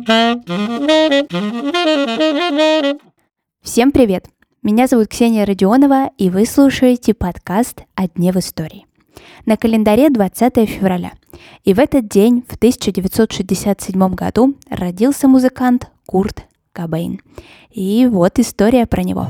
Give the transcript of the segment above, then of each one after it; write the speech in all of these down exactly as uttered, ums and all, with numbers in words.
Всем привет! Меня зовут Ксения Родионова, и вы слушаете подкаст «О дне в истории». На календаре двадцатое февраля, и в этот день, в тысяча девятьсот шестьдесят седьмом году, родился музыкант Курт Кобейн. И вот история про него.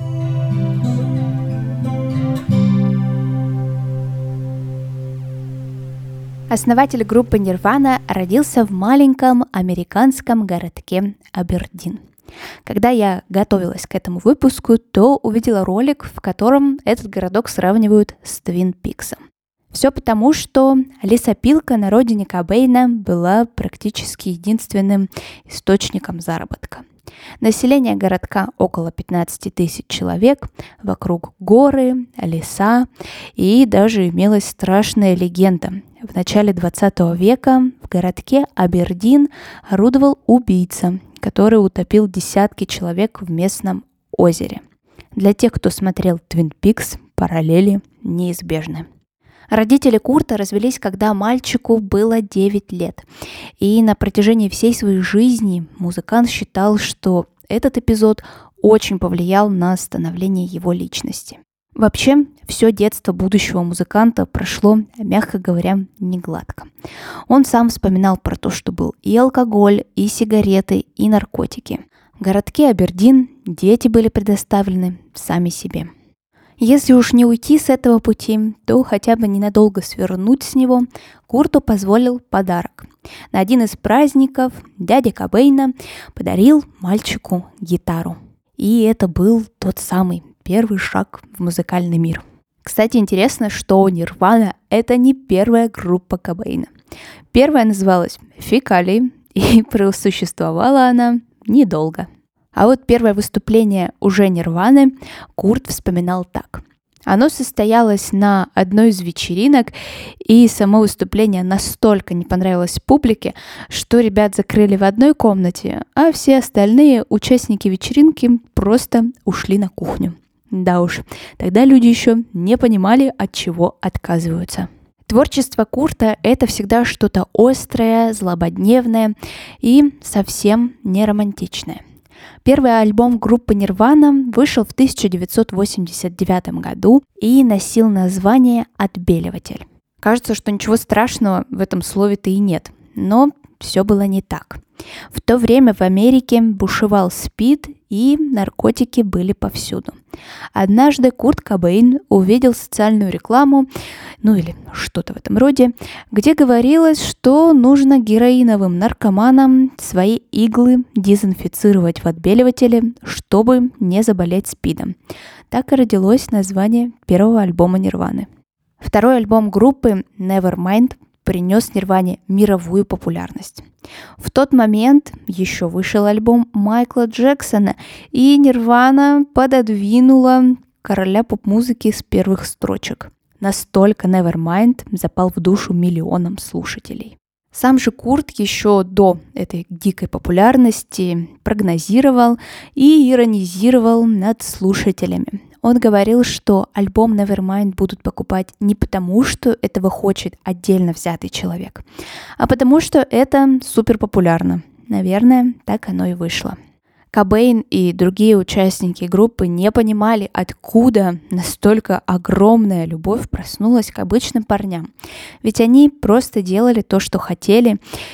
Основатель группы Nirvana родился в маленьком американском городке Абердин. Когда я готовилась к этому выпуску, то увидела ролик, в котором этот городок сравнивают с Твин Пиксом. Все потому, что лесопилка на родине Кобейна была практически единственным источником заработка. Население городка около пятнадцать тысяч человек, вокруг горы, леса, и даже имелась страшная легенда. В начале двадцатого века в городке Абердин орудовал убийца, который утопил десятки человек в местном озере. Для тех, кто смотрел Твин Пикс, параллели неизбежны. Родители Курта развелись, когда мальчику было девять лет. И на протяжении всей своей жизни музыкант считал, что этот эпизод очень повлиял на становление его личности. Вообще, все детство будущего музыканта прошло, мягко говоря, не гладко. Он сам вспоминал про то, что был и алкоголь, и сигареты, и наркотики. В городке Абердин дети были предоставлены сами себе. Если уж не уйти с этого пути, то хотя бы ненадолго свернуть с него Курту позволил подарок. На один из праздников дядя Кобейна подарил мальчику гитару. И это был тот самый первый шаг в музыкальный мир. Кстати, интересно, что Nirvana — это не первая группа Кобейна. Первая называлась «Фекалии», и просуществовала она недолго. А вот первое выступление уже Nirvana Курт вспоминал так. Оно состоялось на одной из вечеринок, и само выступление настолько не понравилось публике, что ребят закрыли в одной комнате, а все остальные участники вечеринки просто ушли на кухню. Да уж, тогда люди еще не понимали, от чего отказываются. Творчество Курта — это всегда что-то острое, злободневное и совсем не романтичное. Первый альбом группы Nirvana вышел в тысяча девятьсот восемьдесят девятом году и носил название «Отбеливатель». Кажется, что ничего страшного в этом слове-то и нет, но все было не так. В то время в Америке бушевал СПИД, и наркотики были повсюду. Однажды Курт Кобейн увидел социальную рекламу, ну или что-то в этом роде, где говорилось, что нужно героиновым наркоманам свои иглы дезинфицировать в отбеливателе, чтобы не заболеть СПИДом. Так и родилось название первого альбома Nirvana. Второй альбом группы Nevermind принес Nirvana мировую популярность. В тот момент еще вышел альбом Майкла Джексона, и Nirvana пододвинула короля поп-музыки с первых строчек. Настолько Nevermind запал в душу миллионам слушателей. Сам же Курт еще до этой дикой популярности прогнозировал и иронизировал над слушателями. Он говорил, что альбом Nevermind будут покупать не потому, что этого хочет отдельно взятый человек, а потому, что это супер популярно. Наверное, так оно и вышло. Кобейн и другие участники группы не понимали, откуда настолько огромная любовь проснулась к обычным парням. Ведь они просто делали то, что хотели,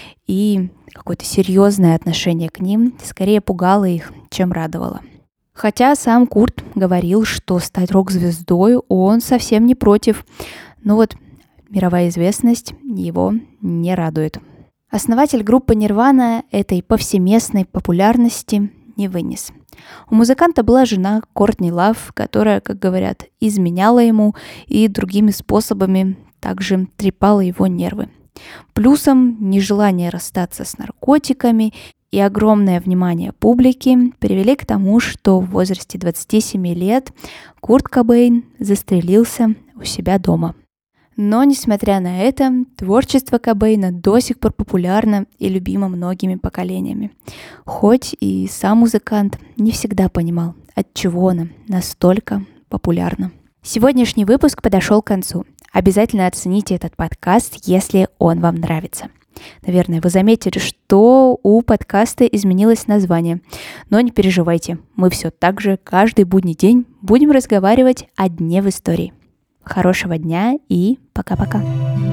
и какое-то серьезное отношение к ним скорее пугало их, чем радовало. Хотя сам Курт говорил, что стать рок-звездой он совсем не против. Но вот мировая известность его не радует. Основатель группы Nirvana этой повсеместной популярности не вынес. У музыканта была жена Кортни Лав, которая, как говорят, изменяла ему и другими способами также трепала его нервы. Плюсом нежелание расстаться с наркотиками и огромное внимание публики привели к тому, что в возрасте двадцати семи лет Курт Кобейн застрелился у себя дома. Но, несмотря на это, творчество Кобейна до сих пор популярно и любимо многими поколениями. Хоть и сам музыкант не всегда понимал, отчего оно настолько популярно. Сегодняшний выпуск подошел к концу. Обязательно оцените этот подкаст, если он вам нравится. Наверное, вы заметили, что у подкаста изменилось название. Но не переживайте, мы все так же каждый будний день будем разговаривать о дне в истории. Хорошего дня и пока-пока.